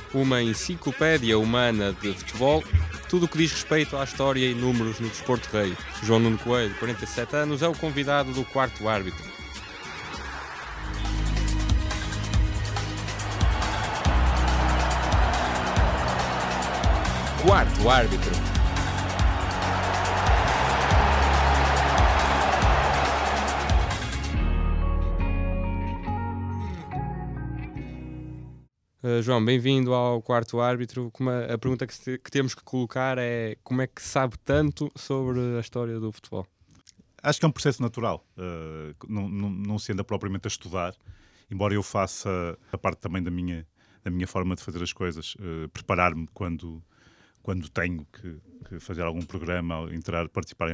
uma enciclopédia humana de futebol, tudo o que diz respeito à história e números no desporto rei. João Nuno Coelho, 47 anos, é o convidado do Quarto Árbitro. Quarto Árbitro. João, bem-vindo ao Quarto Árbitro. A pergunta que temos que colocar é: como é que sabe tanto sobre a história do futebol? Acho que é um processo natural, não se anda propriamente a estudar, embora eu faça a parte também da minha forma de fazer as coisas, preparar-me quando tenho que fazer algum programa, participar em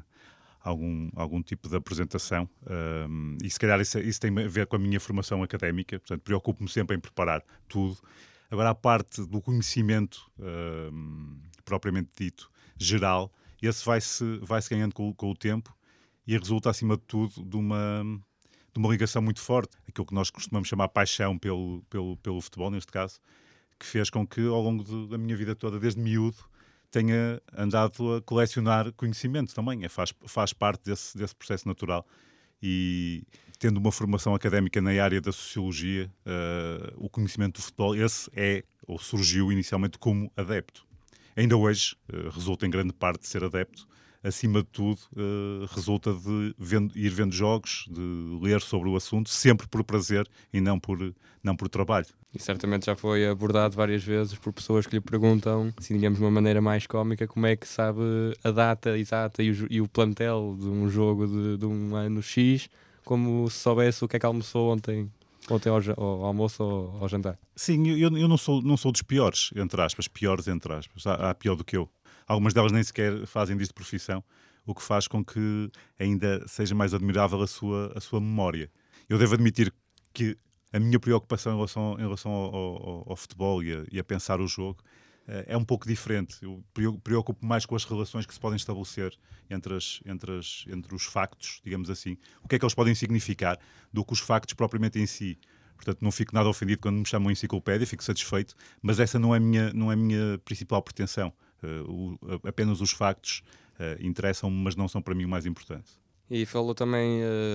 algum tipo de apresentação, e se calhar isso tem a ver com a minha formação académica, portanto preocupo-me sempre em preparar tudo. Agora a parte do conhecimento propriamente dito, geral, esse vai-se ganhando com o tempo e resulta acima de tudo de uma ligação muito forte, aquilo que nós costumamos chamar paixão pelo futebol, neste caso, que fez com que ao longo da minha vida toda, desde miúdo, tenha andado a colecionar conhecimento também. Faz parte desse processo natural. E tendo uma formação académica na área da sociologia, o conhecimento do futebol, surgiu inicialmente como adepto. Ainda hoje resulta em grande parte de ser adepto. Acima de tudo, resulta de ir vendo jogos, de ler sobre o assunto, sempre por prazer e não por trabalho. E certamente já foi abordado várias vezes por pessoas que lhe perguntam, assim, digamos de uma maneira mais cómica, como é que sabe a data exata e o plantel de um jogo de um ano X, como se soubesse o que é que almoçou ontem ao almoço ou ao jantar. Sim, eu não sou dos piores, entre aspas. Há pior do que eu. Algumas delas nem sequer fazem disto profissão, o que faz com que ainda seja mais admirável a sua memória. Eu devo admitir que a minha preocupação em relação ao futebol e a pensar o jogo é um pouco diferente. Eu preocupo mais com as relações que se podem estabelecer entre os factos, digamos assim. O que é que eles podem significar, do que os factos propriamente em si. Portanto, não fico nada ofendido quando me chamam enciclopédia, fico satisfeito, mas essa não é a minha principal pretensão. Apenas os factos interessam-me, mas não são para mim o mais importante. E falou também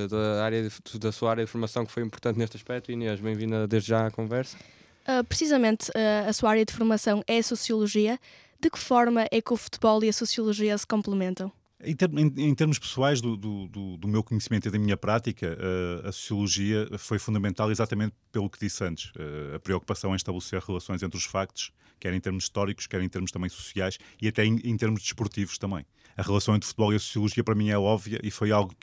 da sua área de formação, que foi importante neste aspecto. Inês, bem-vinda desde já à conversa. Precisamente, a sua área de formação é a Sociologia. De que forma é que o futebol e a Sociologia se complementam? Em termos pessoais do meu conhecimento e da minha prática, a Sociologia foi fundamental exatamente pelo que disse antes. A preocupação em estabelecer relações entre os factos, quer em termos históricos, quer em termos também sociais e até em termos desportivos também. A relação entre o futebol e a Sociologia para mim é óbvia e foi algo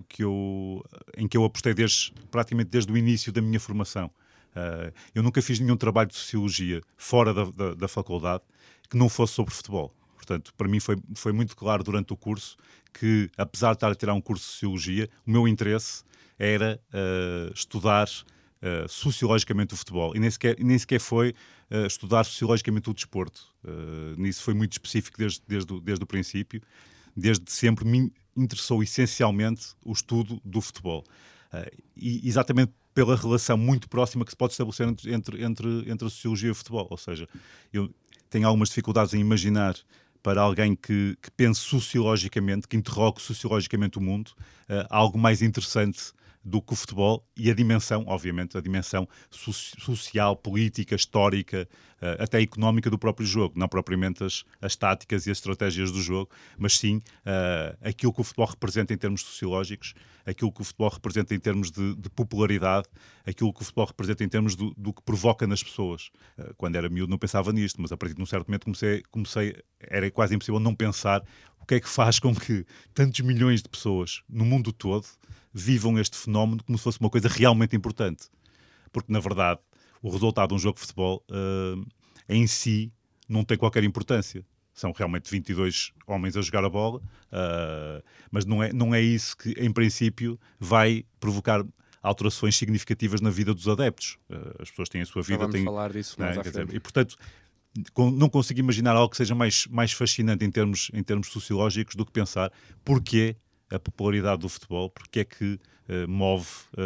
em que eu apostei praticamente desde o início da minha formação. Eu nunca fiz nenhum trabalho de Sociologia fora da faculdade que não fosse sobre futebol. Portanto, para mim foi muito claro durante o curso que, apesar de estar a tirar um curso de Sociologia, o meu interesse era estudar sociologicamente o futebol. E nem sequer foi estudar sociologicamente o desporto. Nisso foi muito específico desde o princípio. Desde sempre me interessou essencialmente o estudo do futebol. E exatamente pela relação muito próxima que se pode estabelecer entre a sociologia e o futebol. Ou seja, eu tenho algumas dificuldades em imaginar para alguém que pense sociologicamente, que interrogue sociologicamente o mundo, algo mais interessante do que o futebol e a dimensão, obviamente, a dimensão social, política, histórica, até económica do próprio jogo. Não propriamente as táticas e as estratégias do jogo, mas sim aquilo que o futebol representa em termos sociológicos, aquilo que o futebol representa em termos de popularidade, aquilo que o futebol representa em termos do que provoca nas pessoas. Quando era miúdo não pensava nisto, mas a partir de um certo momento era quase impossível não pensar o que é que faz com que tantos milhões de pessoas no mundo todo vivam este fenómeno como se fosse uma coisa realmente importante. Porque, na verdade, o resultado de um jogo de futebol em si não tem qualquer importância. São realmente 22 homens a jogar a bola, mas não é isso que, em princípio, vai provocar alterações significativas na vida dos adeptos. As pessoas têm a sua vida... Vamos falar disso mais à frente. E, portanto, não consigo imaginar algo que seja mais fascinante em termos sociológicos do que pensar porque a popularidade do futebol, porque é que move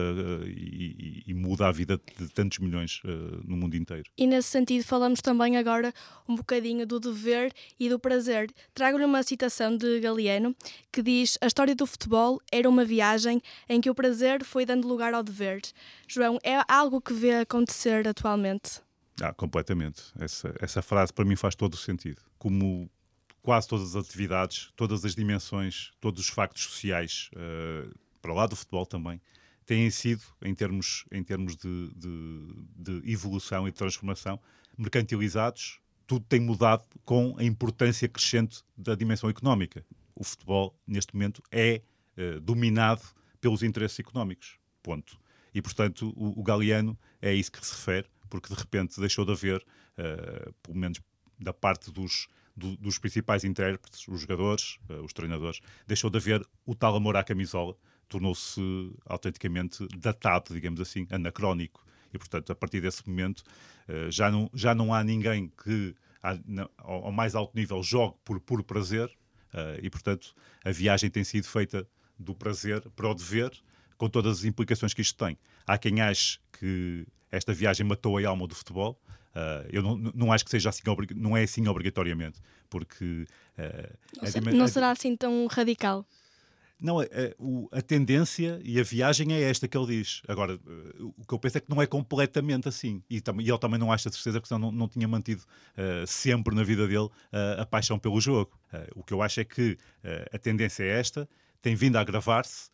e muda a vida de tantos milhões no mundo inteiro. E nesse sentido falamos também agora um bocadinho do dever e do prazer. Trago-lhe uma citação de Galeano que diz: a história do futebol era uma viagem em que o prazer foi dando lugar ao dever. João, é algo que vê acontecer atualmente? Completamente. Essa frase para mim faz todo o sentido. Como quase todas as atividades, todas as dimensões, todos os factos sociais, para lá do futebol também, têm sido, em termos de evolução e de transformação, mercantilizados. Tudo tem mudado com a importância crescente da dimensão económica. O futebol, neste momento, é dominado pelos interesses económicos. Ponto. E, portanto, o Galeano é isso que se refere, porque de repente deixou de haver, pelo menos da parte dos principais intérpretes, os jogadores, os treinadores, deixou de haver o tal amor à camisola, tornou-se autenticamente datado, digamos assim, anacrónico. E, portanto, a partir desse momento, já não há ninguém que, ao mais alto nível, jogue por puro prazer, e, portanto, a viagem tem sido feita do prazer para o dever, com todas as implicações que isto tem. Há quem ache que esta viagem matou a alma do futebol. Eu não acho que seja assim, não é assim obrigatoriamente, porque... não será assim tão radical? Não, a tendência e a viagem é esta que ele diz. Agora, o que eu penso é que não é completamente assim. E ele também não acha de certeza, porque senão não tinha mantido sempre na vida dele a paixão pelo jogo. O que eu acho é que a tendência é esta, tem vindo a agravar-se,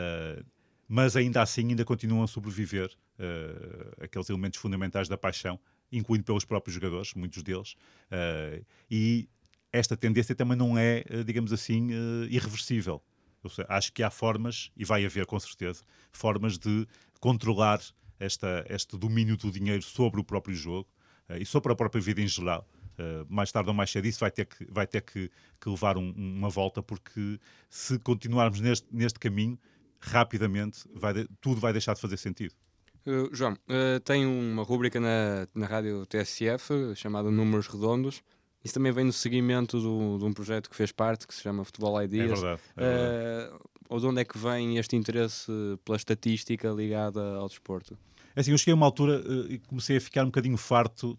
mas ainda assim ainda continuam a sobreviver aqueles elementos fundamentais da paixão, incluindo pelos próprios jogadores, muitos deles, e esta tendência também não é, digamos assim, irreversível. Acho que há formas, e vai haver com certeza, formas de controlar este domínio do dinheiro sobre o próprio jogo e sobre a própria vida em geral. Mais tarde ou mais cedo isso vai ter que levar uma volta, porque se continuarmos neste caminho, rapidamente tudo vai deixar de fazer sentido. João, tem uma rúbrica na rádio TSF chamada Números Redondos. Isso também vem no seguimento de um projeto que fez parte, que se chama Futebol Ideas. É verdade. Ou de onde é que vem este interesse pela estatística ligada ao desporto? É assim, eu cheguei a uma altura e comecei a ficar um bocadinho farto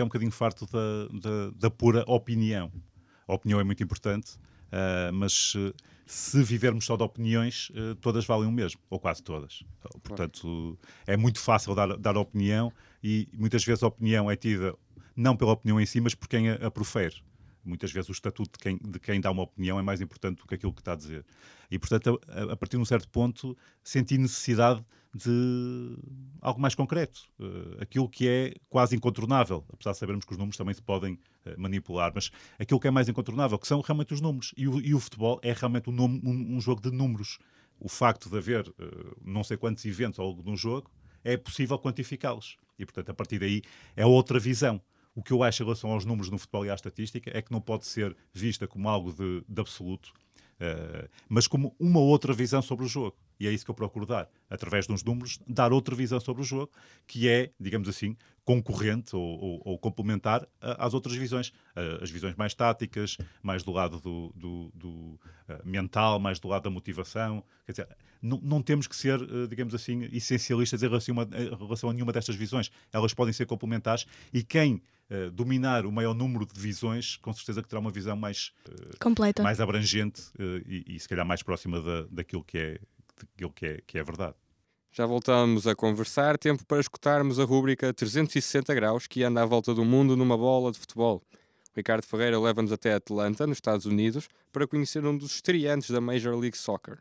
da pura opinião. A opinião é muito importante, mas se vivermos só de opiniões, todas valem o mesmo, ou quase todas. Portanto, é muito fácil dar opinião, e muitas vezes a opinião é tida não pela opinião em si, mas por quem a profere. Muitas vezes o estatuto de quem dá uma opinião é mais importante do que aquilo que está a dizer. E, portanto, a partir de um certo ponto, senti necessidade de algo mais concreto. Aquilo que é quase incontornável, apesar de sabermos que os números também se podem manipular, mas aquilo que é mais incontornável, que são realmente os números. E o futebol é realmente um jogo de números. O facto de haver não sei quantos eventos ao longo de um jogo, é possível quantificá-los. E, portanto, a partir daí é outra visão. O que eu acho em relação aos números no futebol e à estatística é que não pode ser vista como algo de absoluto, mas como uma outra visão sobre o jogo. E é isso que eu procuro dar, através dos números, dar outra visão sobre o jogo, que é, digamos assim, concorrente ou complementar às outras visões. As visões mais táticas, mais do lado do mental, mais do lado da motivação. Quer dizer, não temos que ser, digamos assim, essencialistas em relação a nenhuma destas visões. Elas podem ser complementares, e quem dominar o maior número de visões, com certeza que terá uma visão mais completa, mais abrangente e se calhar mais próxima daquilo que é verdade. Já voltamos a conversar, tempo para escutarmos a rúbrica 360 graus, que anda à volta do mundo numa bola de futebol. O Ricardo Ferreira leva-nos até Atlanta, nos Estados Unidos, para conhecer um dos estreantes da Major League Soccer.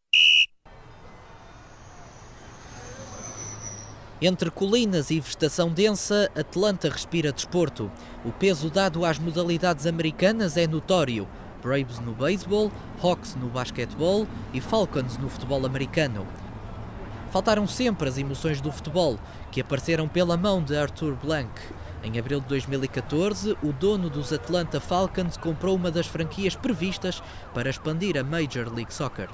Entre colinas e vegetação densa, Atlanta respira desporto. O peso dado às modalidades americanas é notório. Braves no beisebol, Hawks no basquetebol e Falcons no futebol americano. Faltaram sempre as emoções do futebol, que apareceram pela mão de Arthur Blank. Em abril de 2014, o dono dos Atlanta Falcons comprou uma das franquias previstas para expandir a Major League Soccer.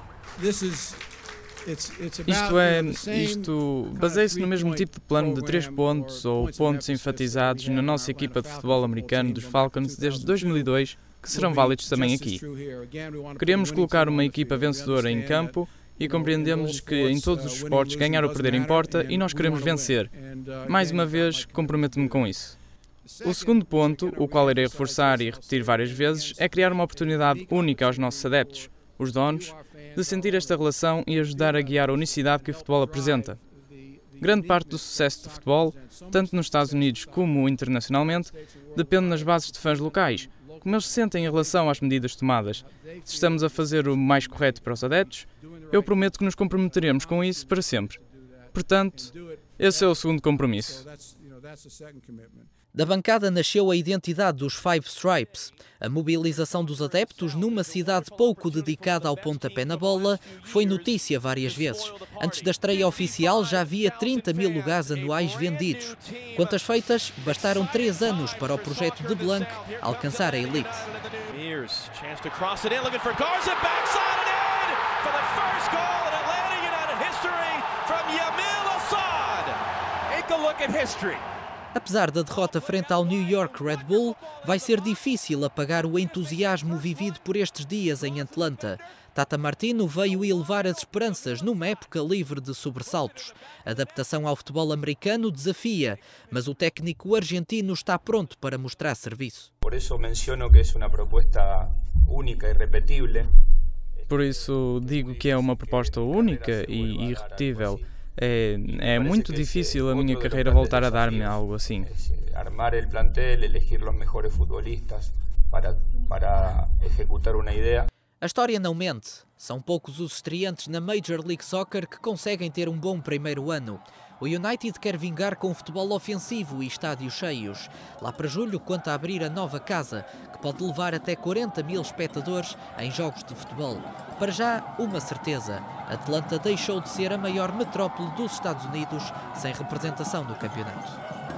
Isto baseia-se no mesmo tipo de plano de 3 pontos ou pontos enfatizados na nossa equipa de futebol americano dos Falcons desde 2002, que serão válidos também aqui. Queremos colocar uma equipa vencedora em campo e compreendemos que em todos os esportes ganhar ou perder importa e nós queremos vencer. Mais uma vez, comprometo-me com isso. O segundo ponto, o qual irei reforçar e repetir várias vezes, é criar uma oportunidade única aos nossos adeptos, os donos, de sentir esta relação e ajudar a guiar a unicidade que o futebol apresenta. Grande parte do sucesso do futebol, tanto nos Estados Unidos como internacionalmente, depende nas bases de fãs locais, como eles se sentem em relação às medidas tomadas. Se estamos a fazer o mais correto para os adeptos, eu prometo que nos comprometeremos com isso para sempre. Portanto, esse é o segundo compromisso. Da bancada nasceu a identidade dos Five Stripes. A mobilização dos adeptos numa cidade pouco dedicada ao pontapé na bola foi notícia várias vezes. Antes da estreia oficial já havia 30 mil lugares anuais vendidos. Quantas feitas, bastaram 3 anos para o projeto de Blanc alcançar a elite. Apesar da derrota frente ao New York Red Bull, vai ser difícil apagar o entusiasmo vivido por estes dias em Atlanta. Tata Martino veio elevar as esperanças numa época livre de sobressaltos. A adaptação ao futebol americano desafia, mas o técnico argentino está pronto para mostrar serviço. Por isso menciono que é uma proposta única e repetível. Por isso digo que é uma proposta única e irrepetível. É muito difícil a minha carreira voltar a dar-me algo assim. Armar o plantel, elegir os melhores futbolistas para executar uma ideia. A história não mente. São poucos os estreantes na Major League Soccer que conseguem ter um bom primeiro ano. O United quer vingar com futebol ofensivo e estádios cheios. Lá para julho conta a abrir a nova casa, que pode levar até 40 mil espectadores em jogos de futebol. Para já, uma certeza: Atlanta deixou de ser a maior metrópole dos Estados Unidos sem representação no campeonato.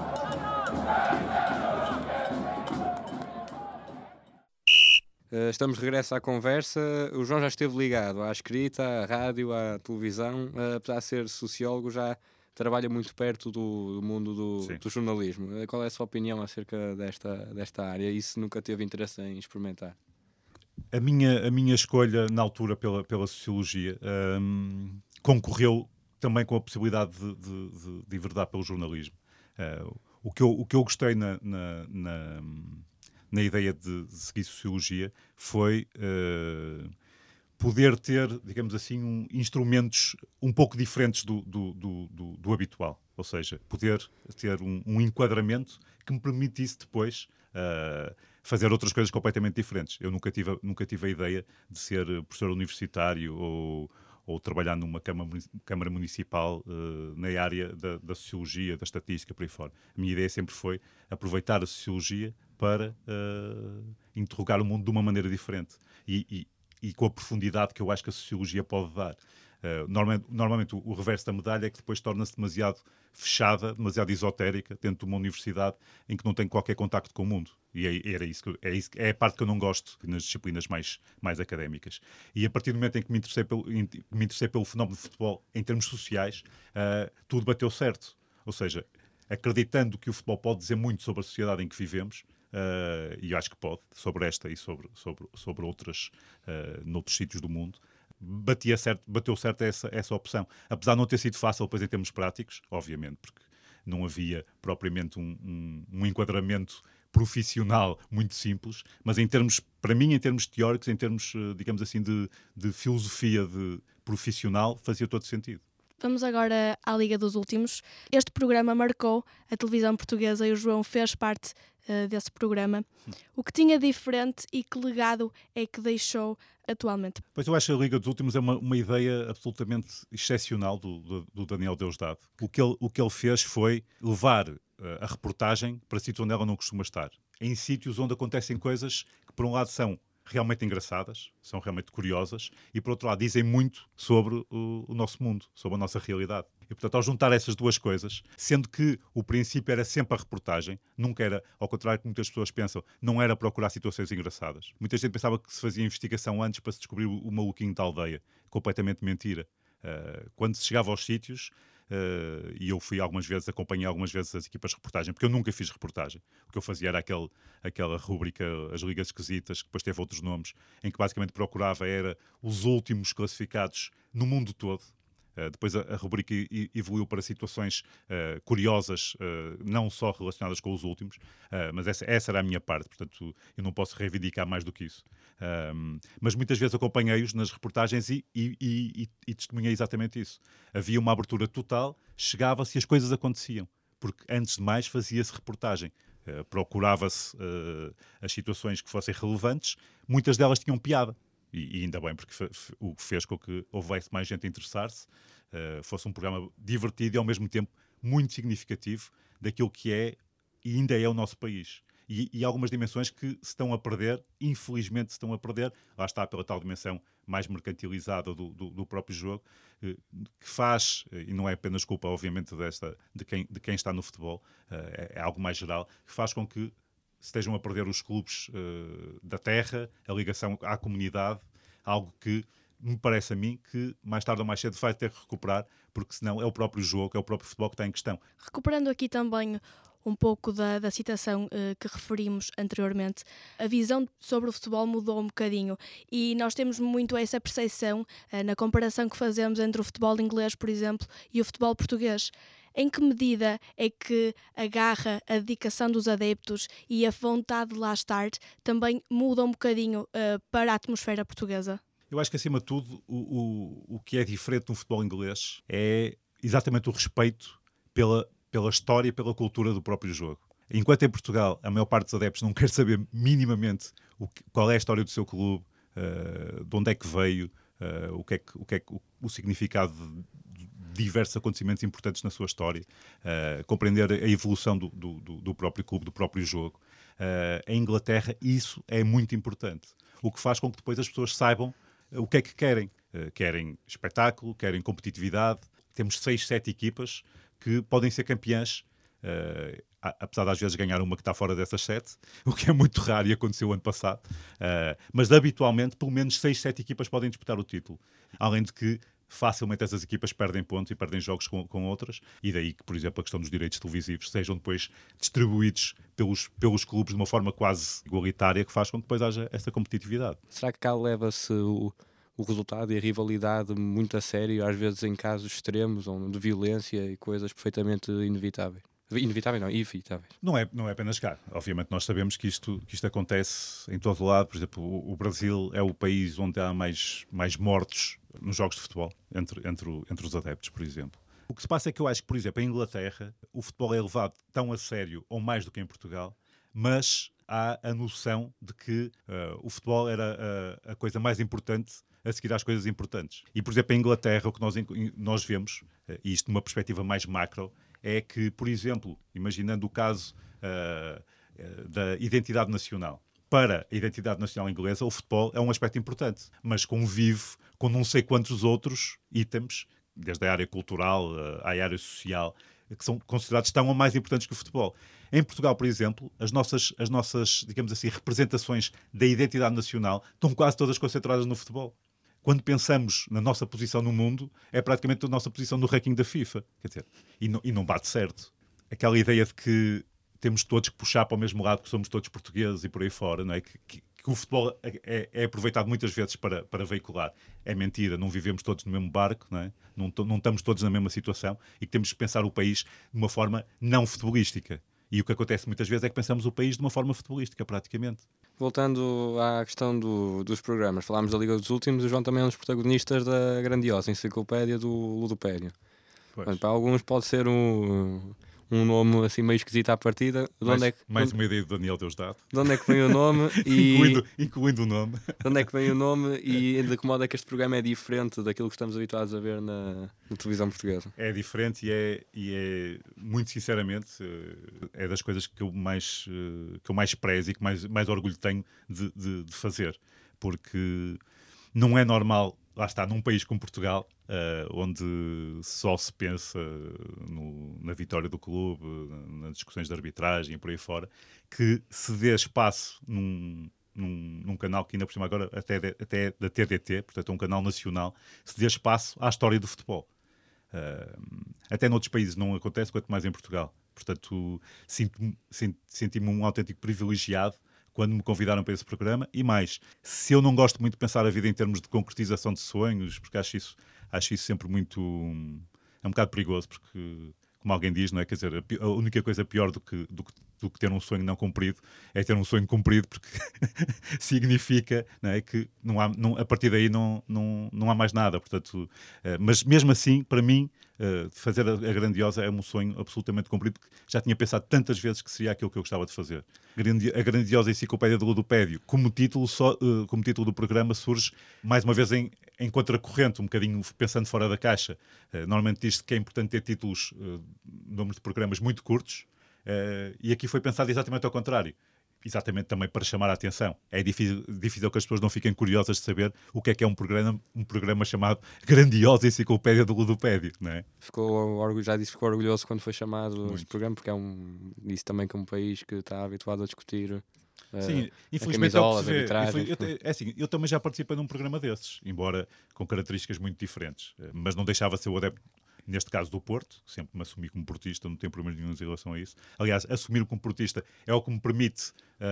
Estamos de regresso à conversa. O João já esteve ligado à escrita, à rádio, à televisão. Apesar de ser sociólogo, já trabalha muito perto do mundo do jornalismo. Qual é a sua opinião acerca desta área? E se nunca teve interesse em experimentar? A minha escolha na altura pela sociologia concorreu também com a possibilidade de enverdar pelo jornalismo. O que eu gostei na ideia de seguir sociologia foi poder ter, digamos assim, instrumentos um pouco diferentes do habitual. Ou seja, poder ter um enquadramento que me permitisse depois fazer outras coisas completamente diferentes. Eu nunca tive a ideia de ser professor universitário ou trabalhar numa Câmara Municipal na área da sociologia, da estatística, por aí fora. A minha ideia sempre foi aproveitar a sociologia para interrogar o mundo de uma maneira diferente e com a profundidade que eu acho que a sociologia pode dar. Normalmente o reverso da medalha é que depois torna-se demasiado fechada, demasiado esotérica dentro de uma universidade em que não tem qualquer contacto com o mundo. E é a parte que eu não gosto nas disciplinas mais académicas. E a partir do momento em que me interessei pelo fenómeno de futebol em termos sociais, tudo bateu certo. Ou seja, acreditando que o futebol pode dizer muito sobre a sociedade em que vivemos, e eu acho que pode, sobre esta e sobre outras noutros sítios do mundo, bateu certo essa opção. Apesar de não ter sido fácil depois em termos práticos, obviamente, porque não havia propriamente um enquadramento profissional muito simples, mas para mim, em termos teóricos, em termos, digamos assim, de filosofia profissional, fazia todo sentido. Vamos agora à Liga dos Últimos. Este programa marcou a televisão portuguesa e o João fez parte desse programa. O que tinha diferente e que legado é que deixou atualmente? Pois eu acho que a Liga dos Últimos é uma ideia absolutamente excepcional do Daniel Deusdado. O que ele fez foi levar a reportagem para sítios onde ela não costuma estar. Em sítios onde acontecem coisas que, por um lado, são realmente engraçadas, são realmente curiosas e, por outro lado, dizem muito sobre o nosso mundo, sobre a nossa realidade. E, portanto, ao juntar essas duas coisas, sendo que o princípio era sempre a reportagem, nunca era, ao contrário do que muitas pessoas pensam, não era procurar situações engraçadas. Muita gente pensava que se fazia investigação antes para se descobrir o maluquinho da aldeia. Completamente mentira. Quando se chegava aos sítios, e eu acompanhei algumas vezes as equipas de reportagem, porque eu nunca fiz reportagem. O que eu fazia era aquela rúbrica, as ligas esquisitas, que depois teve outros nomes, em que basicamente procurava era os últimos classificados no mundo todo. Depois a rubrica evoluiu para situações curiosas, não só relacionadas com os últimos, mas essa era a minha parte, portanto eu não posso reivindicar mais do que isso. Mas muitas vezes acompanhei-os nas reportagens e testemunhei exatamente isso. Havia uma abertura total, chegava-se e as coisas aconteciam, porque antes de mais fazia-se reportagem. Procurava-se as situações que fossem relevantes, muitas delas tinham piada. E ainda bem, porque o que fez com que houvesse mais gente a interessar-se, fosse um programa divertido e ao mesmo tempo muito significativo daquilo que é e ainda é o nosso país. E algumas dimensões que se estão a perder, infelizmente se estão a perder, lá está pela tal dimensão mais mercantilizada do próprio jogo, que faz, e não é apenas culpa obviamente de quem está no futebol, é algo mais geral, que faz com que estejam a perder os clubes da terra, a ligação à comunidade, algo que me parece a mim que mais tarde ou mais cedo vai ter que recuperar, porque senão é o próprio jogo, é o próprio futebol que está em questão. Recuperando aqui também um pouco da citação que referimos anteriormente, a visão sobre o futebol mudou um bocadinho e nós temos muito essa percepção na comparação que fazemos entre o futebol inglês, por exemplo, e o futebol português. Em que medida é que a garra, a dedicação dos adeptos e a vontade de lá estar também mudam um bocadinho para a atmosfera portuguesa? Eu acho que, acima de tudo, o que é diferente no futebol inglês é exatamente o respeito pela história e pela cultura do próprio jogo. Enquanto em Portugal a maior parte dos adeptos não quer saber minimamente qual é a história do seu clube, de onde é que veio, o significado de diversos acontecimentos importantes na sua história, compreender a evolução do próprio clube, do próprio jogo. Em Inglaterra isso é muito importante, o que faz com que depois as pessoas saibam o que é que querem. Querem espetáculo, querem competitividade. Temos 6, 7 equipas que podem ser campeãs, apesar de às vezes ganhar uma que está fora dessas 7, o que é muito raro e aconteceu ano passado. Mas habitualmente, pelo menos 6, 7 equipas podem disputar o título. Além de que facilmente essas equipas perdem pontos e perdem jogos com outras, e daí que, por exemplo, a questão dos direitos televisivos sejam depois distribuídos pelos clubes de uma forma quase igualitária, que faz com que depois haja essa competitividade. Será que cá leva-se o resultado e a rivalidade muito a sério, às vezes em casos extremos, ou de violência e coisas perfeitamente inevitáveis? Inevitáveis. Não é apenas cá. Obviamente nós sabemos que isto acontece em todo o lado. Por exemplo, o Brasil é o país onde há mais mortos nos jogos de futebol, entre os adeptos, por exemplo. O que se passa é que eu acho que, por exemplo, em Inglaterra, o futebol é levado tão a sério ou mais do que em Portugal, mas há a noção de que o futebol era a coisa mais importante a seguir às coisas importantes. E, por exemplo, em Inglaterra, o que nós vemos, e isto numa perspectiva mais macro, é que, por exemplo, imaginando o caso da identidade nacional. Para a identidade nacional inglesa, o futebol é um aspecto importante, mas convive com não sei quantos outros itens, desde a área cultural à área social, que são considerados tão ou mais importantes que o futebol. Em Portugal, por exemplo, as nossas, digamos assim, representações da identidade nacional estão quase todas concentradas no futebol. Quando pensamos na nossa posição no mundo, é praticamente a nossa posição no ranking da FIFA. Quer dizer, e não bate certo. Aquela ideia de que temos todos que puxar para o mesmo lado, que somos todos portugueses e por aí fora, não é? Que o futebol é aproveitado muitas vezes para veicular. É mentira, não vivemos todos no mesmo barco, não é? Não estamos todos na mesma situação e que temos que pensar o país de uma forma não futebolística. E o que acontece muitas vezes é que pensamos o país de uma forma futebolística, praticamente. Voltando à questão dos programas, falámos da Liga dos Últimos, o João também é um dos protagonistas da grandiosa enciclopédia do Ludopédio. Bom, para alguns pode ser um nome assim meio esquisito à partida. Mais uma ideia do Daniel Deusdado. De onde é que vem o nome? Incluindo o nome. De onde é que vem o nome e de que modo é que este programa é diferente daquilo que estamos habituados a ver na televisão portuguesa? É diferente e é muito sinceramente, é das coisas que eu mais prezo e que mais orgulho tenho de fazer. Porque não é normal, lá está, num país como Portugal, onde só se pensa na vitória do clube, nas discussões de arbitragem e por aí fora, que se dê espaço num canal que ainda por cima agora até da TDT, portanto é um canal nacional, se dê espaço à história do futebol. Até noutros países não acontece, quanto mais em Portugal. Portanto, senti-me um autêntico privilegiado quando me convidaram para esse programa. E mais, se eu não gosto muito de pensar a vida em termos de concretização de sonhos, porque acho isso sempre muito... É um bocado perigoso, porque, como alguém diz, não é? Quer dizer, a única coisa pior do que ter um sonho não cumprido é ter um sonho cumprido, porque significa, não é, que a partir daí não há mais nada. Portanto, mas mesmo assim, para mim, fazer a Grandiosa é um sonho absolutamente cumprido, porque já tinha pensado tantas vezes que seria aquilo que eu gostava de fazer. A Grandiosa Enciclopédia do Ludopédio, como título do programa, surge mais uma vez em contracorrente, um bocadinho pensando fora da caixa. Normalmente diz-se que é importante ter títulos, número de programas muito curtos, e aqui foi pensado exatamente ao contrário. Exatamente também para chamar a atenção. É difícil que as pessoas não fiquem curiosas de saber o que é um programa chamado Grandiosa Enciclopédia do Ludopédio, não é? Já disse que ficou orgulhoso quando foi chamado este programa, porque disse também que é um país que está habituado a discutir. Sim, infelizmente é o que se vê. Eu também já participei num programa desses, embora com características muito diferentes, mas não deixava de ser o adepto, neste caso do Porto, sempre me assumi como portista, não tenho problemas nenhum em relação a isso. Aliás, assumir-me como portista é o que me permite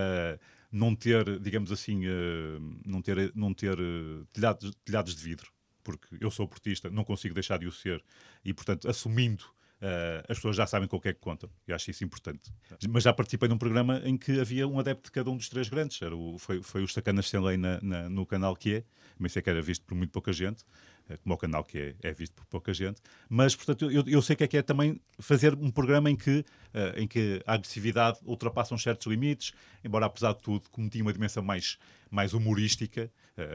não ter, digamos assim, não ter telhados de vidro, porque eu sou portista, não consigo deixar de o ser, e portanto, assumindo, as pessoas já sabem com o que é que contam. Eu acho isso importante. Mas já participei num programa em que havia um adepto de cada um dos três grandes. Foi o Sacanas Sem Lei no canal que é. Também sei que era visto por muito pouca gente, como o canal que é visto por pouca gente. Mas, portanto, eu sei que é também fazer um programa em que a agressividade ultrapassa uns certos limites, embora, apesar de tudo, como tinha uma dimensão mais humorística.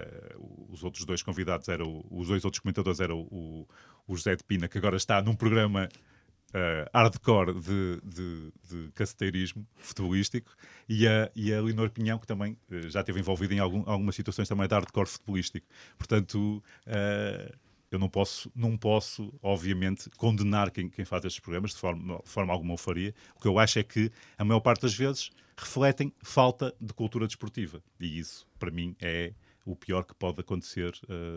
Os outros dois convidados os dois outros comentadores eram o José de Pina, que agora está num programa hardcore de caceteirismo futebolístico, e a Leonor Pinhão, que também já esteve envolvida em algumas situações também de hardcore futebolístico. Portanto, eu não posso, obviamente, condenar quem faz estes programas, de forma alguma o faria. O que eu acho é que, a maior parte das vezes, refletem falta de cultura desportiva. E isso, para mim, é o pior que pode acontecer.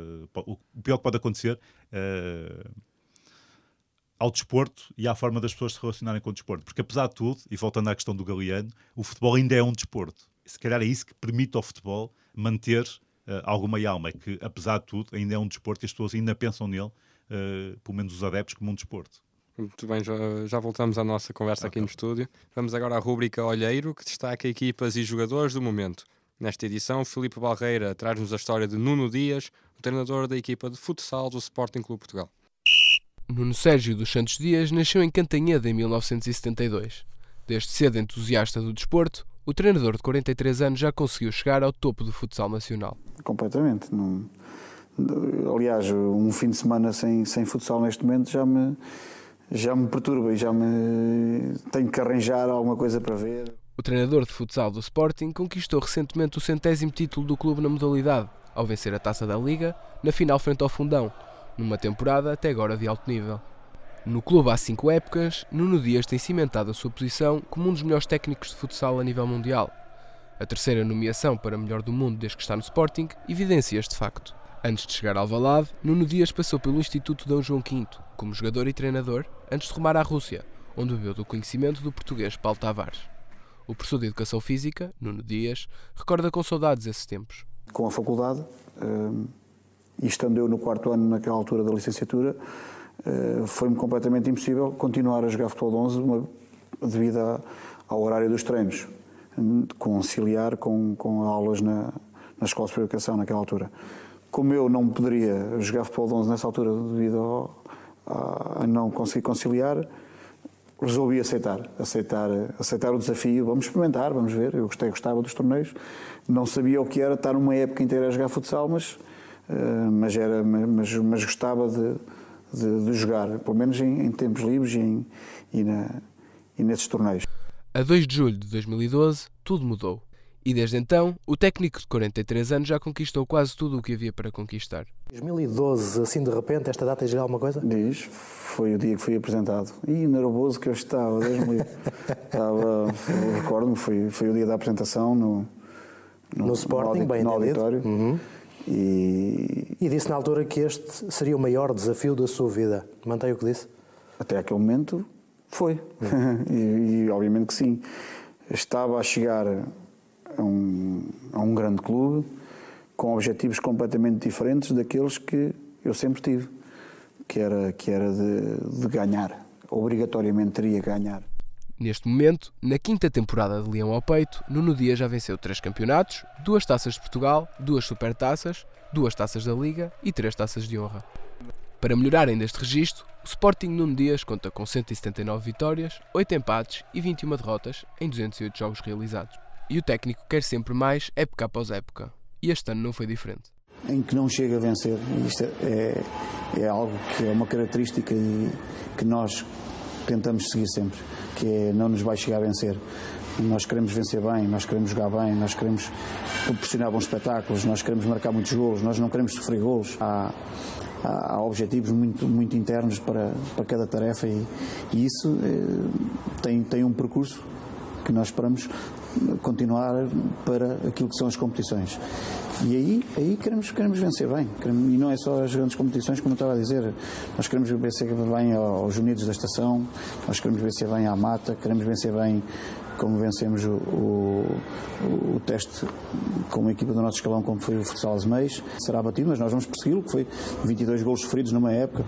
Ao desporto e à forma das pessoas se relacionarem com o desporto. Porque, apesar de tudo, e voltando à questão do Galeano, o futebol ainda é um desporto. Se calhar é isso que permite ao futebol manter alguma alma, é que, apesar de tudo, ainda é um desporto e as pessoas ainda pensam nele, pelo menos os adeptos, como um desporto. Muito bem, já voltamos à nossa conversa aqui no estúdio. Vamos agora à rúbrica Olheiro, que destaca equipas e jogadores do momento. Nesta edição, Filipe Barreira traz-nos a história de Nuno Dias, o treinador da equipa de futsal do Sporting Clube Portugal. Nuno Sérgio dos Santos Dias nasceu em Cantanhede em 1972. Desde cedo entusiasta do desporto, o treinador de 43 anos já conseguiu chegar ao topo do futsal nacional. Completamente. Aliás, um fim de semana sem futsal neste momento já me perturba e tenho que arranjar alguma coisa para ver. O treinador de futsal do Sporting conquistou recentemente o 100º título do clube na modalidade, ao vencer a Taça da Liga na final frente ao Fundão, numa temporada até agora de alto nível. No clube há 5 épocas, Nuno Dias tem cimentado a sua posição como um dos melhores técnicos de futsal a nível mundial. A terceira nomeação para melhor do mundo desde que está no Sporting evidencia este facto. Antes de chegar ao Alvalade, Nuno Dias passou pelo Instituto D. João V, como jogador e treinador, antes de rumar à Rússia, onde bebeu do conhecimento do português Paulo Tavares. O professor de Educação Física, Nuno Dias, recorda com saudades esses tempos. Com a faculdade, e estando eu no 4º ano naquela altura da licenciatura, foi-me completamente impossível continuar a jogar futebol de 11 devido ao horário dos treinos, conciliar com aulas na Escola Superior de Educação naquela altura. Como eu não poderia jogar futebol de 11 nessa altura devido a não conseguir conciliar, resolvi aceitar o desafio. Vamos experimentar, vamos ver. Eu gostava dos torneios, não sabia o que era estar uma época inteira a jogar futsal, mas gostava de jogar, pelo menos em tempos livres e nesses torneios. A 2 de julho de 2012, tudo mudou. E desde então, o técnico de 43 anos já conquistou quase tudo o que havia para conquistar. 2012, assim de repente, esta data diz alguma coisa? Diz, foi o dia que fui apresentado. E nervoso que eu estava, recordo-me, foi o dia da apresentação no Sporting, bem no auditório. Uhum. E disse na altura que este seria o maior desafio da sua vida. Mantém o que disse? Até aquele momento foi. E obviamente que sim. Estava a chegar a um grande clube com objetivos completamente diferentes daqueles que eu sempre tive, que era de ganhar. Obrigatoriamente teria que ganhar. Neste momento, na 5ª temporada de Leão ao Peito, Nuno Dias já venceu 3 campeonatos, 2 taças de Portugal, 2 supertaças, 2 taças da Liga e 3 taças de honra. Para melhorar ainda este registro, o Sporting Nuno Dias conta com 179 vitórias, 8 empates e 21 derrotas em 208 jogos realizados. E o técnico quer sempre mais, época após época. E este ano não foi diferente. Em que não chega a vencer. Isto é algo que é uma característica que nós tentamos seguir sempre, que é não nos vai chegar a vencer. Nós queremos vencer bem, nós queremos jogar bem, nós queremos proporcionar bons espetáculos, nós queremos marcar muitos golos, nós não queremos sofrer golos. Há objetivos muito internos para cada tarefa e isso tem um percurso que nós esperamos continuar para aquilo que são as competições. E aí queremos vencer bem. E não é só as grandes competições, como eu estava a dizer. Nós queremos vencer bem aos Unidos da Estação, nós queremos vencer bem à Mata, queremos vencer bem como vencemos o teste com uma equipa do nosso escalão, como foi o Futsal Azemais. Será batido, mas nós vamos persegui-lo, que foi 22 golos sofridos numa época.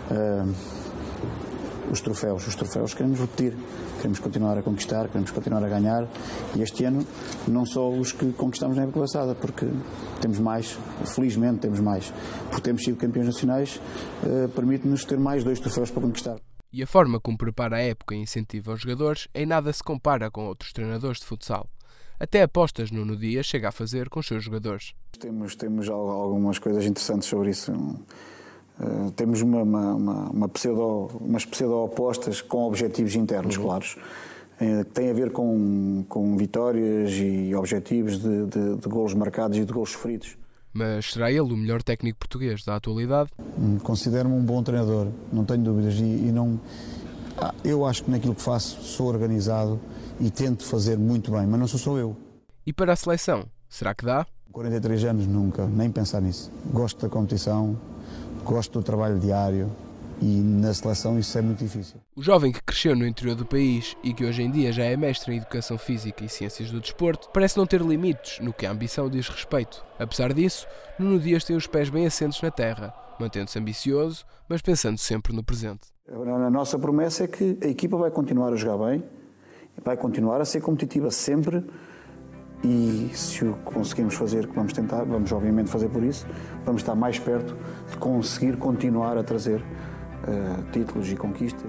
Os troféus queremos repetir, queremos continuar a conquistar, queremos continuar a ganhar, e este ano não só os que conquistamos na época passada, porque temos mais, felizmente temos mais, porque temos sido campeões nacionais, permite-nos ter mais 2 troféus para conquistar. E a forma como prepara a época e incentiva os jogadores em nada se compara com outros treinadores de futsal. Até apostas Nuno Dias chega a fazer com os seus jogadores. Temos algumas coisas interessantes sobre isso. Temos umas pseudo-apostas com objetivos internos, claros, que têm a ver com vitórias e objetivos de golos marcados e de golos sofridos. Mas será ele o melhor técnico português da atualidade? Considero-me um bom treinador, não tenho dúvidas. Eu acho que naquilo que faço sou organizado e tento fazer muito bem, mas não sou só eu. E para a seleção, será que dá? 43 anos nunca, nem pensar nisso. Gosto da competição, gosto do trabalho diário e na seleção isso é muito difícil. O jovem que cresceu no interior do país e que hoje em dia já é mestre em Educação Física e Ciências do Desporto parece não ter limites no que a ambição diz respeito. Apesar disso, Nuno Dias tem os pés bem assentos na terra, mantendo-se ambicioso, mas pensando sempre no presente. A nossa promessa é que a equipa vai continuar a jogar bem, vai continuar a ser competitiva sempre. E se o conseguimos fazer, que vamos tentar, vamos obviamente fazer por isso, vamos estar mais perto de conseguir continuar a trazer títulos e conquistas.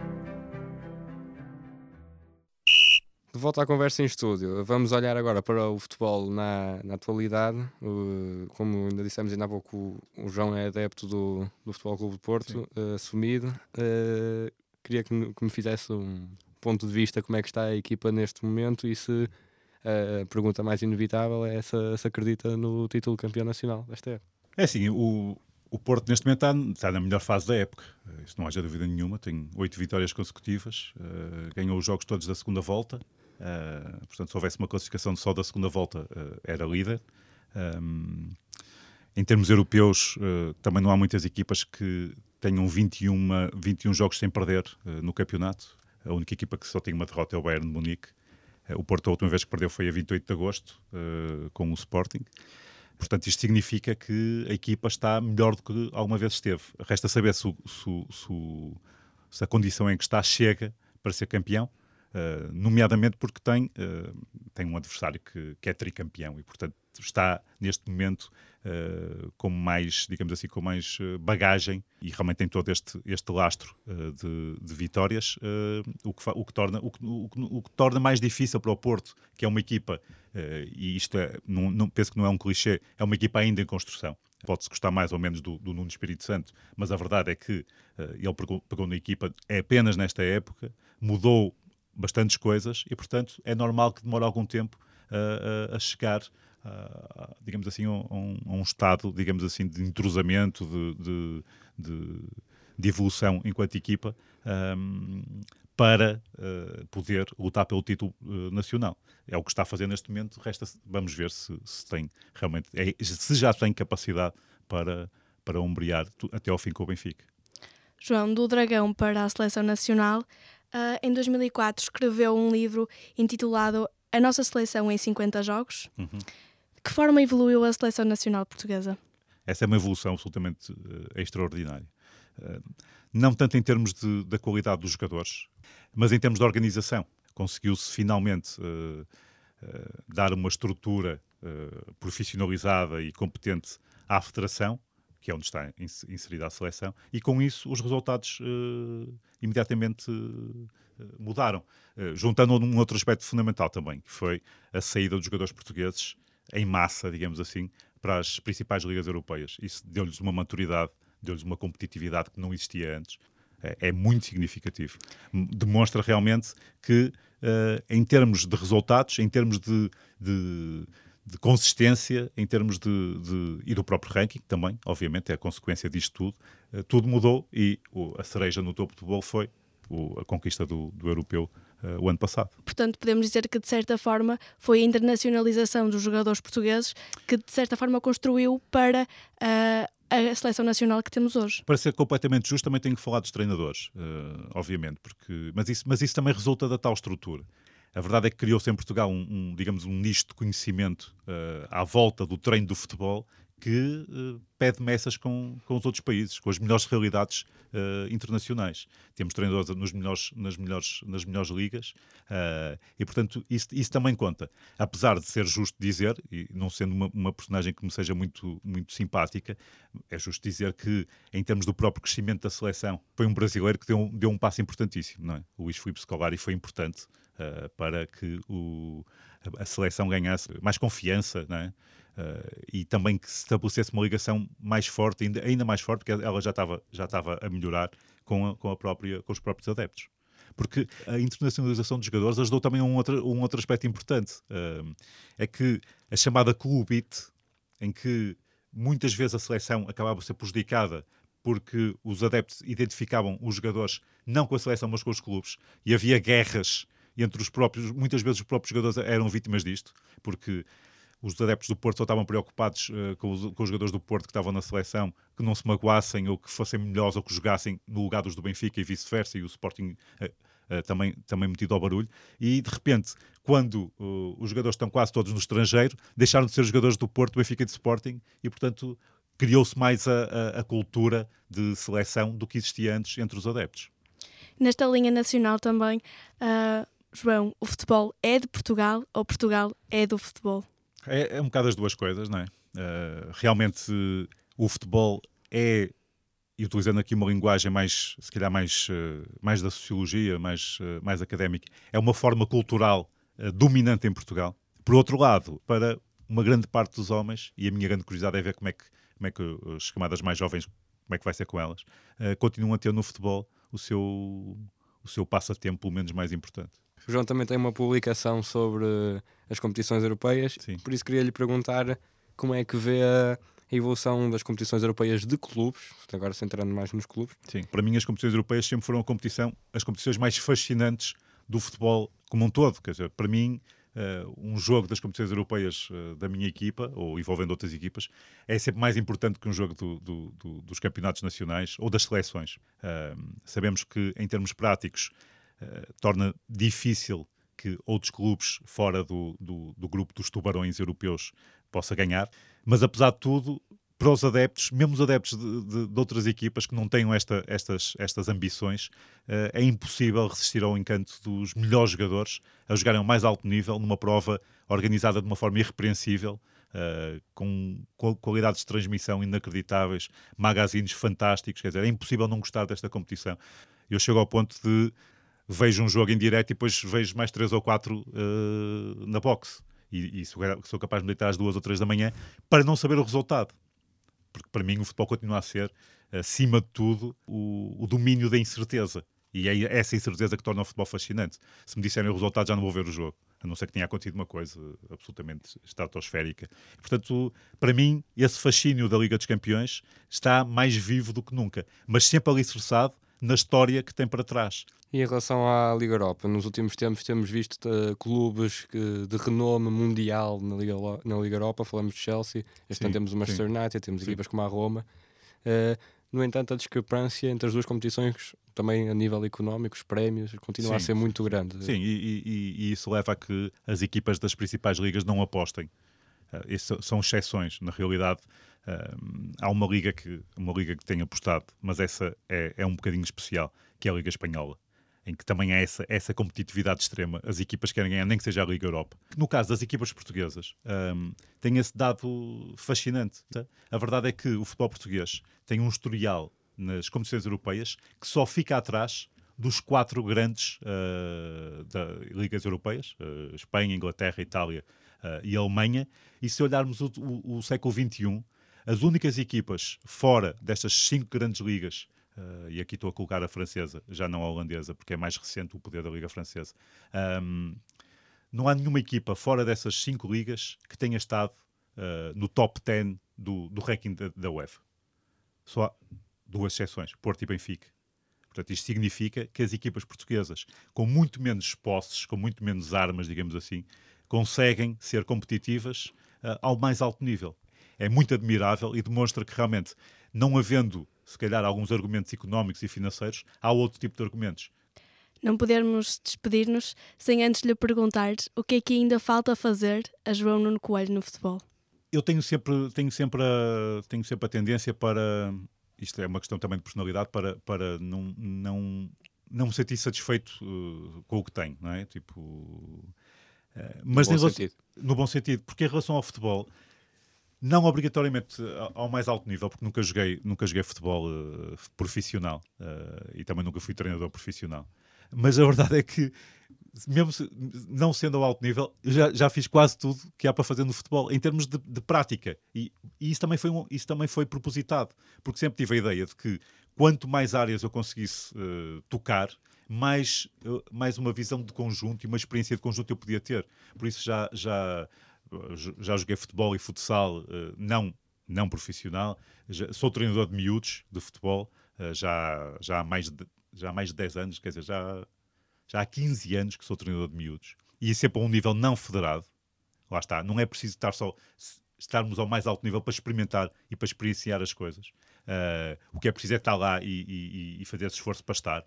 De volta à conversa em estúdio, vamos olhar agora para o futebol na atualidade. Como ainda dissemos ainda há pouco, o João é adepto do Futebol Clube de Porto, assumido. Queria que me fizesse um ponto de vista como é que está a equipa neste momento e se a pergunta mais inevitável é se acredita no título de campeão nacional desta época. É assim, o Porto neste momento está na melhor fase da época, isso não haja dúvida nenhuma, tem 8 vitórias consecutivas, ganhou os jogos todos da segunda volta, portanto se houvesse uma classificação só da segunda volta era líder. Em termos europeus também não há muitas equipas que tenham 21 jogos sem perder no campeonato, a única equipa que só tem uma derrota é o Bayern de Munique. O Porto a última vez que perdeu foi a 28 de agosto com o Sporting. Portanto, isto significa que a equipa está melhor do que alguma vez esteve. Resta saber se a condição em que está chega para ser campeão, nomeadamente porque tem um adversário que é tricampeão e, portanto, está neste momento com mais, digamos assim, com mais bagagem e realmente tem todo este lastro de vitórias, o que torna mais difícil para o Porto, que é uma equipa, e isto não penso que não é um clichê, é uma equipa ainda em construção. Pode-se gostar mais ou menos do Nuno Espírito Santo, mas a verdade é que ele pegou na equipa apenas nesta época, mudou bastantes coisas e, portanto, é normal que demore algum tempo a chegar digamos assim, a um estado, digamos assim, de entrosamento, de evolução enquanto equipa, para poder lutar pelo título nacional. É o que está a fazer neste momento. Vamos ver se tem realmente, se já tem capacidade para ombrear até ao fim com o Benfica. João, do Dragão para a Seleção Nacional, em 2004 escreveu um livro intitulado A Nossa Seleção em 50 Jogos. Uhum. De que forma evoluiu a Seleção Nacional Portuguesa? Essa é uma evolução absolutamente extraordinária. Não tanto em termos da qualidade dos jogadores, mas em termos de organização. Conseguiu-se finalmente dar uma estrutura profissionalizada e competente à Federação, que é onde está inserida a seleção, e com isso os resultados imediatamente mudaram. Juntando um outro aspecto fundamental também, que foi a saída dos jogadores portugueses em massa, digamos assim, para as principais ligas europeias. Isso deu-lhes uma maturidade, deu-lhes uma competitividade que não existia antes. É muito significativo. Demonstra realmente que, em termos de resultados, em termos de consistência, em termos e do próprio ranking também, obviamente, é a consequência disto tudo, tudo mudou e a cereja no topo do bolo foi a conquista do europeu o ano passado. Portanto, podemos dizer que, de certa forma, foi a internacionalização dos jogadores portugueses que, de certa forma, construiu para a seleção nacional que temos hoje. Para ser completamente justo, também tenho que falar dos treinadores, obviamente, mas isso também resulta da tal estrutura. A verdade é que criou-se em Portugal digamos, um nicho de conhecimento à volta do treino do futebol que pede meças com os outros países, com as melhores realidades internacionais. Temos treinadores nas melhores ligas e, portanto, isso também conta. Apesar de ser justo dizer, e não sendo uma personagem que me seja muito, muito simpática, é justo dizer que, em termos do próprio crescimento da seleção, foi um brasileiro que deu um passo importantíssimo, não é? O Luís Filipe Scolari foi importante para que a seleção ganhasse mais confiança, não é? E também que se estabelecesse uma ligação mais forte, ainda mais forte, porque ela já estava a melhorar com os próprios adeptos. Porque a internacionalização dos jogadores ajudou também a um outro aspecto importante. É que a chamada clubite, em que muitas vezes a seleção acabava por ser prejudicada porque os adeptos identificavam os jogadores não com a seleção, mas com os clubes, e havia guerras entre os próprios, muitas vezes os próprios jogadores eram vítimas disto, porque os adeptos do Porto só estavam preocupados com os jogadores do Porto que estavam na seleção, que não se magoassem ou que fossem melhores ou que jogassem no lugar dos do Benfica e vice-versa, e o Sporting também metido ao barulho. E, de repente, quando os jogadores estão quase todos no estrangeiro, deixaram de ser jogadores do Porto, do Benfica e do Sporting, e, portanto, criou-se mais a cultura de seleção do que existia antes entre os adeptos. Nesta linha nacional também, João, o futebol é de Portugal ou Portugal é do futebol? É um bocado as duas coisas, não é? Realmente o futebol é, e utilizando aqui uma linguagem se calhar mais da sociologia, mais académica, é uma forma cultural dominante em Portugal. Por outro lado, para uma grande parte dos homens, e a minha grande curiosidade é ver como é que as camadas mais jovens, como é que vai ser com elas, continuam a ter no futebol o seu passatempo, pelo menos mais importante. O João também tem uma publicação sobre as competições europeias. Sim. Por isso queria lhe perguntar como é que vê a evolução das competições europeias de clubes, agora centrando mais nos clubes. Sim, para mim as competições europeias sempre foram as competições mais fascinantes do futebol como um todo. Quer dizer, para mim, um jogo das competições europeias da minha equipa, ou envolvendo outras equipas, é sempre mais importante que um jogo dos campeonatos nacionais ou das seleções. Sabemos que, em termos práticos, torna difícil que outros clubes fora do grupo dos tubarões europeus possa ganhar, mas apesar de tudo, para os adeptos, mesmo os adeptos de outras equipas que não tenham estas ambições, é impossível resistir ao encanto dos melhores jogadores a jogarem ao mais alto nível numa prova organizada de uma forma irrepreensível, com qualidades de transmissão inacreditáveis, magazines fantásticos. Quer dizer, é impossível não gostar desta competição. Eu chego ao ponto de vejo um jogo em direto e depois vejo mais 3 ou 4 na boxe. E sou capaz de me deitar às 2 ou 3 da manhã para não saber o resultado. Porque para mim o futebol continua a ser, acima de tudo, o domínio da incerteza. E é essa incerteza que torna o futebol fascinante. Se me disserem o resultado, já não vou ver o jogo. A não ser que tenha acontecido uma coisa absolutamente estratosférica. Portanto, para mim, esse fascínio da Liga dos Campeões está mais vivo do que nunca. Mas sempre alicerçado na história que tem para trás. E em relação à Liga Europa, nos últimos tempos temos visto clubes de renome mundial na Liga Europa, falamos de Chelsea, este ano temos o Manchester United, temos equipas como a Roma. No entanto, a discrepância entre as duas competições, também a nível económico, os prémios, continua a ser muito grande. Sim, e isso leva a que as equipas das principais ligas não apostem. Isso são exceções. Na realidade, há uma liga que tem apostado, mas essa é um bocadinho especial, que é a Liga Espanhola, em que também há essa competitividade extrema. As equipas querem ganhar, nem que seja a Liga Europa. No caso das equipas portuguesas, tem esse dado fascinante. Tá? A verdade é que o futebol português tem um historial nas competições europeias que só fica atrás dos 4 grandes ligas europeias, Espanha, Inglaterra, Itália e Alemanha. E se olharmos o século XXI, as únicas equipas fora destas 5 grandes ligas, e aqui estou a colocar a francesa, já não a holandesa, porque é mais recente o poder da Liga Francesa, não há nenhuma equipa fora dessas 5 ligas que tenha estado no top 10 do ranking da UEFA. Só há 2 exceções, Porto e Benfica. Portanto, isto significa que as equipas portuguesas, com muito menos posses, com muito menos armas, digamos assim, conseguem ser competitivas ao mais alto nível. É muito admirável e demonstra que realmente, não havendo, se calhar, alguns argumentos económicos e financeiros, há outro tipo de argumentos. Não podemos despedir-nos sem antes lhe perguntar o que é que ainda falta fazer a João Nuno Coelho no futebol. Eu tenho sempre a tendência para, isto é uma questão também de personalidade, para não me sentir satisfeito com o que tenho, não é? Mas no bom sentido, porque em relação ao futebol, não obrigatoriamente ao mais alto nível, porque nunca joguei futebol profissional e também nunca fui treinador profissional. Mas a verdade é que, mesmo não sendo ao alto nível, já fiz quase tudo que há para fazer no futebol, em termos de prática. E isso também foi propositado, porque sempre tive a ideia de que quanto mais áreas eu conseguisse tocar, mais uma visão de conjunto e uma experiência de conjunto eu podia ter. Por isso já joguei futebol e futsal não profissional, sou treinador de miúdos de futebol já há mais de 10 anos, quer dizer, já há 15 anos que sou treinador de miúdos, e sempre a um nível não federado. Lá está, não é preciso estarmos ao mais alto nível para experimentar e para experienciar as coisas. O que é preciso é estar lá e fazer esse esforço para estar.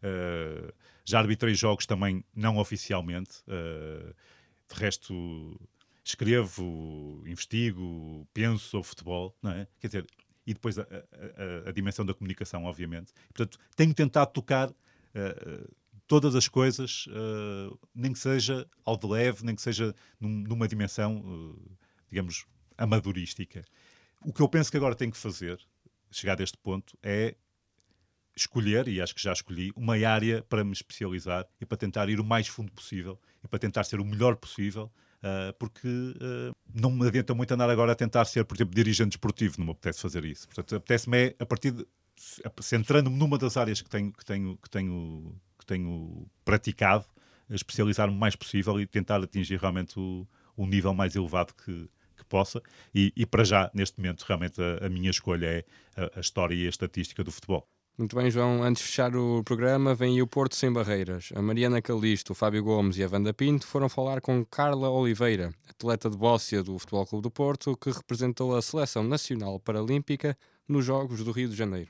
Já arbitrei jogos também não oficialmente, de resto escrevo, investigo, penso sobre futebol, não é? Quer dizer, e depois a dimensão da comunicação, obviamente. Portanto, tenho tentado tocar todas as coisas, nem que seja ao de leve, nem que seja numa dimensão, digamos, amadorística. O que eu penso que agora tenho que fazer, chegar a este ponto, é escolher, e acho que já escolhi, uma área para me especializar e para tentar ir o mais fundo possível e para tentar ser o melhor possível, porque não me adianta muito andar agora a tentar ser, por exemplo, dirigente desportivo, não me apetece fazer isso. Portanto, apetece-me, centrando-me numa das áreas que tenho praticado, especializar-me o mais possível e tentar atingir realmente o nível mais elevado que possa. E para já, neste momento, realmente a minha escolha é a história e a estatística do futebol. Muito bem, João. Antes de fechar o programa, vem aí o Porto Sem Barreiras. A Mariana Calisto, o Fábio Gomes e a Wanda Pinto foram falar com Carla Oliveira, atleta de bóssia do Futebol Clube do Porto, que representou a Seleção Nacional Paralímpica nos Jogos do Rio de Janeiro.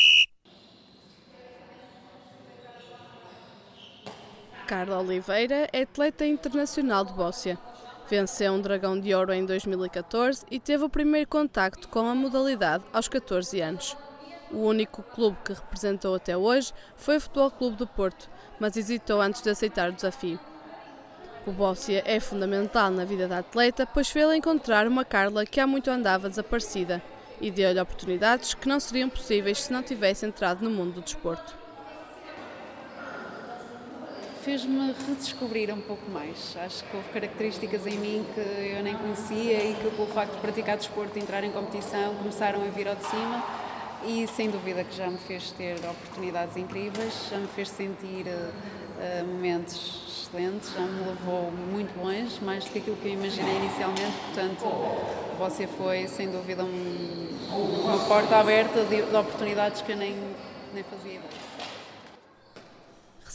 Carla Oliveira é atleta internacional de bóssia. Venceu um Dragão de Ouro em 2014 e teve o primeiro contacto com a modalidade aos 14 anos. O único clube que representou até hoje foi o Futebol Clube do Porto, mas hesitou antes de aceitar o desafio. O bóssia é fundamental na vida da atleta, pois fez-la encontrar uma Carla que há muito andava desaparecida e deu-lhe oportunidades que não seriam possíveis se não tivesse entrado no mundo do desporto. Fez-me redescobrir um pouco mais. Acho que houve características em mim que eu nem conhecia e que, pelo facto de praticar desporto e entrar em competição, começaram a vir ao de cima. E sem dúvida que já me fez ter oportunidades incríveis, já me fez sentir momentos excelentes, já me levou muito longe, mais do que aquilo que eu imaginei inicialmente. Portanto, você foi sem dúvida uma porta aberta de oportunidades que eu nem fazia ideia.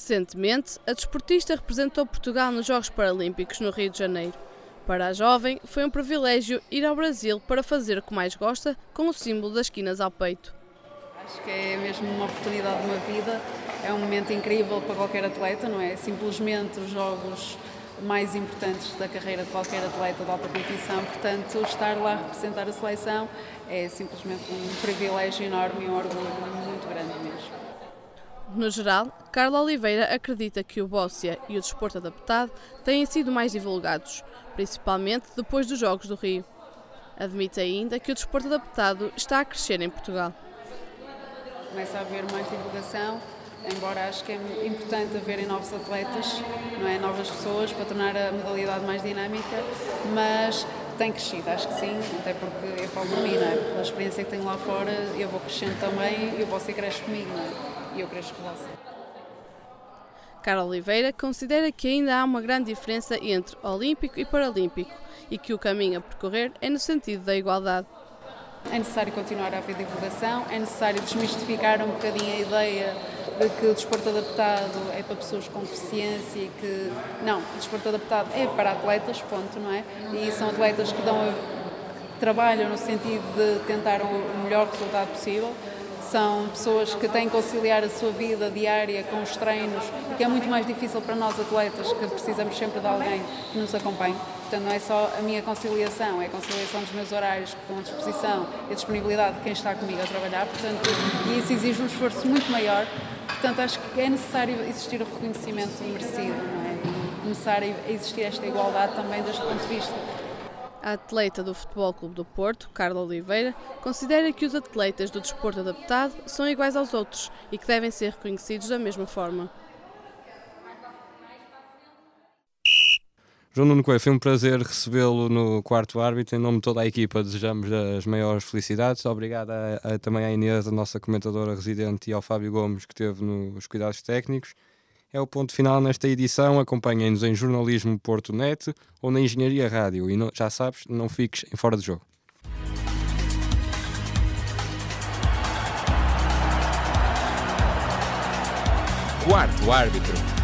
Recentemente, a desportista representou Portugal nos Jogos Paralímpicos no Rio de Janeiro. Para a jovem, foi um privilégio ir ao Brasil para fazer o que mais gosta, com o símbolo das quinas ao peito. Acho que é mesmo uma oportunidade de uma vida, é um momento incrível para qualquer atleta, não é? Simplesmente os jogos mais importantes da carreira de qualquer atleta de alta competição, portanto, estar lá a representar a seleção é simplesmente um privilégio enorme e um orgulho muito grande mesmo. No geral, Carla Oliveira acredita que o bóssia e o desporto adaptado têm sido mais divulgados, principalmente depois dos Jogos do Rio. Admite ainda que o desporto adaptado está a crescer em Portugal. Começa a haver mais divulgação, embora acho que é importante haverem novos atletas, não é? Novas pessoas para tornar a modalidade mais dinâmica, mas tem crescido, acho que sim, até porque eu falo de mim, não é? Pela experiência que tenho lá fora, eu vou crescendo também e o Bóssia cresce comigo, não é? E eu cresço com o Bóssia. Carla Oliveira considera que ainda há uma grande diferença entre olímpico e paralímpico e que o caminho a percorrer é no sentido da igualdade. É necessário continuar a haver divulgação, é necessário desmistificar um bocadinho a ideia de que o desporto adaptado é para pessoas com deficiência e que não, o desporto adaptado é para atletas, ponto, não é? E são atletas que trabalham no sentido de tentar o melhor resultado possível. São pessoas que têm que conciliar a sua vida diária com os treinos, o que é muito mais difícil para nós atletas, que precisamos sempre de alguém que nos acompanhe. Portanto, não é só a minha conciliação, é a conciliação dos meus horários com a disposição e a disponibilidade de quem está comigo a trabalhar, portanto, e isso exige um esforço muito maior. Portanto, acho que é necessário existir o reconhecimento merecido, não é? E começar a existir esta igualdade também deste ponto de vista. A atleta do Futebol Clube do Porto, Carla Oliveira, considera que os atletas do desporto adaptado são iguais aos outros e que devem ser reconhecidos da mesma forma. João Nuno Coelho, foi um prazer recebê-lo no Quarto Árbitro. Em nome de toda a equipa, desejamos as maiores felicidades. Obrigado também à Inês, a nossa comentadora residente, e ao Fábio Gomes, que esteve nos cuidados técnicos. É o ponto final nesta edição. Acompanhem-nos em jornalismo.net ou na Engenharia Rádio. E não, já sabes, não fiques em fora de jogo. Quarto Árbitro.